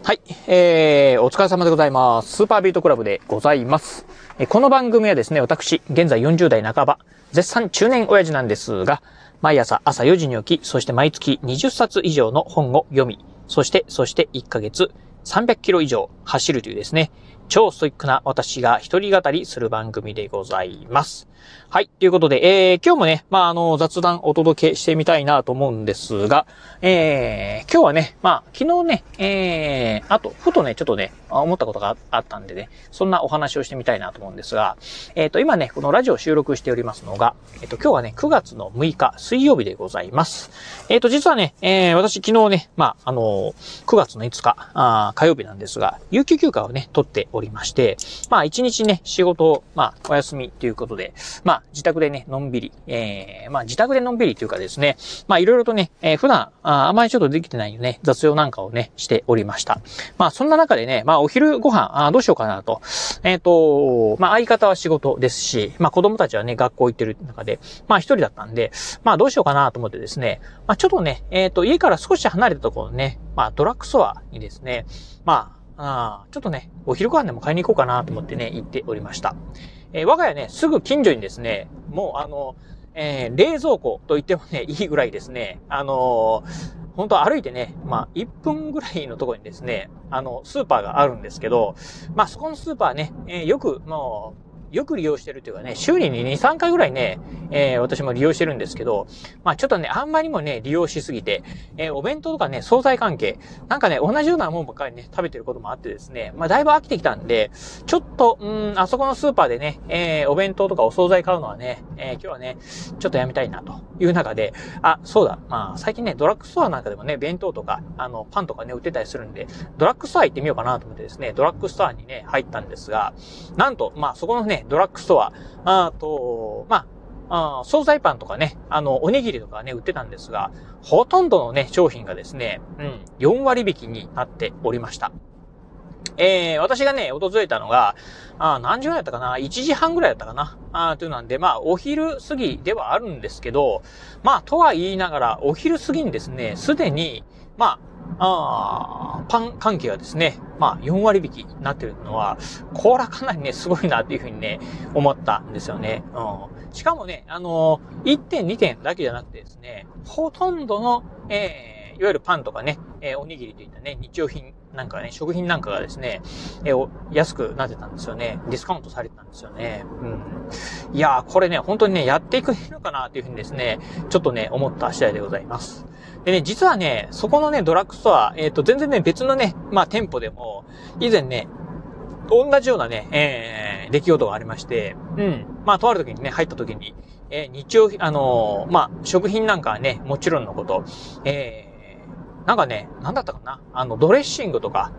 はい、お疲れ様でございます。スーパービートクラブでございます。この番組はですね、私、現在40代半ば、絶賛中年親父なんですが、毎朝4時に起き、そして毎月20冊以上の本を読み、そして1ヶ月300キロ以上走るというですね、超ストイックな私が一人語りする番組でございます。はい。ということで、今日もね、雑談お届けしてみたいなと思うんですが、今日はね、昨日ね、ふとね、ちょっとね、思ったことがあったんでね、そんなお話をしてみたいなと思うんですが、今ね、このラジオを収録しておりますのが、今日はね、9月の6日、水曜日でございます。実はね、私昨日ね、9月の5日、火曜日なんですが、有給休暇をね、取っておりまして、1日ね、仕事を、お休みということで、自宅でね、のんびり、自宅でのんびりというかですね、いろいろとね、普段、あまりちょっとできてないよね、雑用なんかをね、しておりました。そんな中でね、お昼ご飯、どうしようかなと。相方は仕事ですし、子供たちはね、学校行ってる中で、一人だったんで、どうしようかなと思ってですね、ちょっとね、家から少し離れたところね、ドラッグストアにですね、ちょっとね、お昼ご飯でも買いに行こうかなと思ってね、行っておりました。我が家ね、すぐ近所にですね、もう冷蔵庫と言ってもね、いいぐらいですね、本当歩いてね、1分ぐらいのところにですね、スーパーがあるんですけど、そこのスーパーね、よく利用してるというかね、週に2、3回ぐらいね、私も利用してるんですけど、ちょっとね、あんまりもね、利用しすぎて、お弁当とかね、惣菜関係、なんかね、同じようなもんばっかりね、食べてることもあってですね、だいぶ飽きてきたんで、ちょっと、あそこのスーパーでね、お弁当とかお惣菜買うのはね、今日はね、ちょっとやめたいなという中で、そうだ、最近ね、ドラッグストアなんかでもね、弁当とか、パンとかね、売ってたりするんで、ドラッグストア行ってみようかなと思ってですね、ドラッグストアにね、入ったんですが、なんと、そこのね、ドラッグストア、惣菜パンとかね、おにぎりとかね、売ってたんですが、ほとんどのね、商品がですね、4割引きになっておりました。私がね、訪れたのが、何時ぐらいだったかな ?1 時半ぐらいだったかなというなんで、お昼過ぎではあるんですけど、とは言いながら、お昼過ぎにですね、すでに、パン関係はですね、4割引きになってるのは、これはかなりね、すごいなっていうふうにね、思ったんですよね。しかもね、1点2点だけじゃなくてですね、ほとんどの、いわゆるパンとかね、おにぎりといったね、日用品なんかね、食品なんかがですね、安くなってたんですよね。ディスカウントされてたんですよね。いやー、これね、本当にね、やっていくのかなっていうふうにですね、ちょっとね、思った次第でございます。でね、実はね、そこのね、ドラッグストア、全然ね、別のね、店舗でも、以前ね、同じようなね、出来事がありまして、とある時にね、入った時に、日用品、食品なんかはね、もちろんのこと、なんかね、なんだったかなドレッシングとか、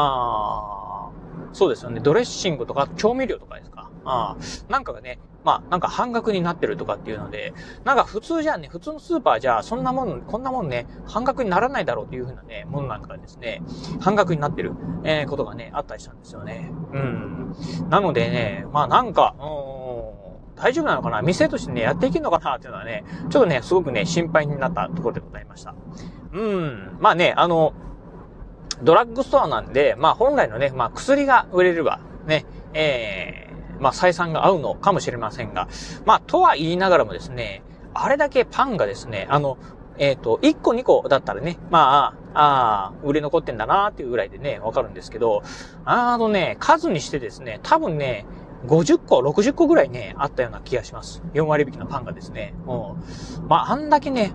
そうですよね、ドレッシングとか、調味料とかですか。なんかがね、なんか半額になってるとかっていうので、なんか普通のスーパーじゃ、こんなもんね、半額にならないだろうというふうなね、ものなんかですね、半額になってる、ことがね、あったりしたんですよね。なのでね、なんか、大丈夫なのかな店としてね、やっていけるのかなっていうのはね、ちょっとね、すごくね、心配になったところでございました。ドラッグストアなんで、本来のね、薬が売れれば、ね、採算が合うのかもしれませんが、とは言いながらもですね、あれだけパンがですね、1個2個だったらね、売れ残ってんだなーっていうぐらいでね、わかるんですけど、数にしてですね、多分ね、50個、60個ぐらいね、あったような気がします。4割引きのパンがですね。あんだけね、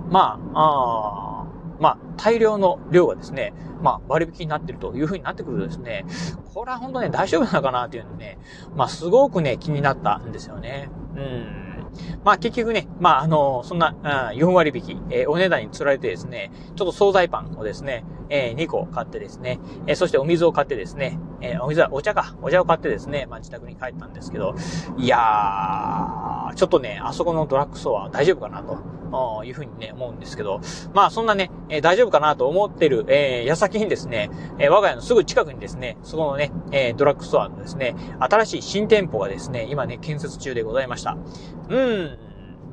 大量の量がですね、割引になってるという風になってくるとですね、これは本当ね、大丈夫なのかなっていうのね、すごくね、気になったんですよね。結局ね、そんな、4割引き、お値段に釣られてですね、ちょっと惣菜パンをですね、2個買ってですね、そしてお水を買ってですね、お茶を買ってですね、自宅に帰ったんですけど、いやー、ちょっとね、あそこのドラッグストア大丈夫かなというふうにね、思うんですけど、そんなね、大丈夫かなと思ってる、矢先にですね、我が家のすぐ近くにですね、そこのね、ドラッグストアのですね、新しい新店舗がですね、今ね、建設中でございました。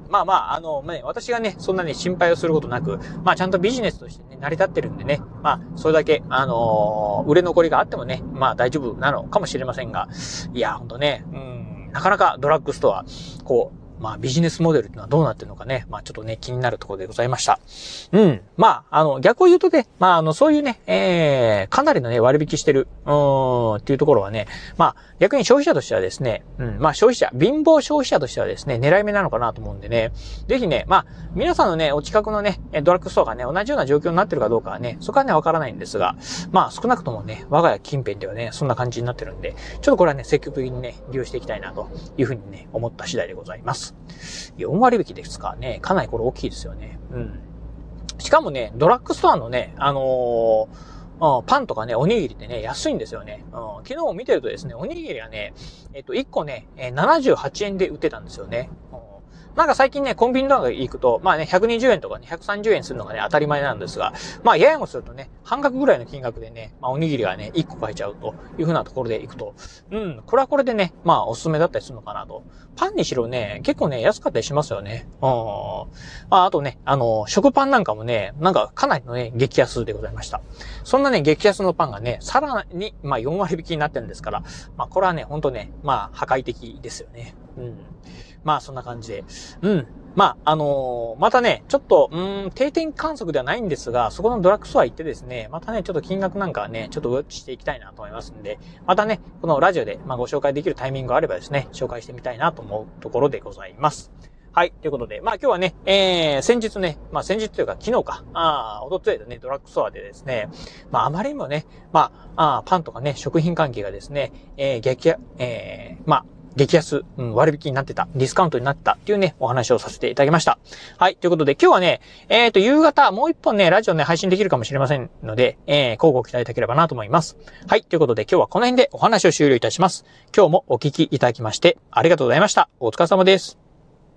私がね、そんなに心配をすることなく、ちゃんとビジネスとしてね、成り立ってるんでね、それだけ、売れ残りがあってもね、大丈夫なのかもしれませんが、いや、ほんとね、なかなかドラッグストア、ビジネスモデルってのはどうなってるのかね、ちょっとね、気になるところでございました。逆を言うとね、そういうね、かなりのね、割引してる、っていうところはね、逆に消費者としてはですね、貧乏消費者としてはですね、狙い目なのかなと思うんでね、ぜひね、皆さんのね、お近くのね、ドラッグストアがね、同じような状況になってるかどうかはね、そこはね、わからないんですが、少なくともね、我が家近辺ではね、そんな感じになってるんで、ちょっとこれはね、積極的にね、利用していきたいなというふうにね、思った次第でございます。4割引きですからね、かなりこれ大きいですよね。しかもね、ドラッグストアのね、パンとかね、おにぎりってね、安いんですよね。昨日見てるとですね、おにぎりはね、1個ね、78円で売ってたんですよね。なんか最近ね、コンビニとか行くと、120円とかね、130円するのがね、当たり前なんですが、ややもするとね、半額ぐらいの金額でね、おにぎりがね、1個買えちゃうという風なところで行くと、これはこれでね、おすすめだったりするのかなと。パンにしろね、結構ね、安かったりしますよね。あとね、食パンなんかもね、なんかかなりのね、激安でございました。そんなね、激安のパンがね、さらに、4割引きになってるんですから、これはね、ほんとね、破壊的ですよね。そんな感じで。またね、ちょっと、定点観測ではないんですが、そこのドラッグストア行ってですね、またね、ちょっと金額なんかはね、ちょっとウォッチしていきたいなと思いますんで、またね、このラジオで、ご紹介できるタイミングがあればですね、紹介してみたいなと思うところでございます。はい。ということで、今日はね、先日ね、先日というか昨日か、おとついでね、ドラッグストアでですね、あまりにもね、パンとかね、食品関係がですね、激安、割引になってた、ディスカウントになったっていうね、お話をさせていただきました。はい。ということで、今日はね、夕方、もう一本ね、ラジオね、配信できるかもしれませんので、交互期待いただければなと思います。はい。ということで、今日はこの辺でお話を終了いたします。今日もお聞きいただきまして、ありがとうございました。お疲れ様です。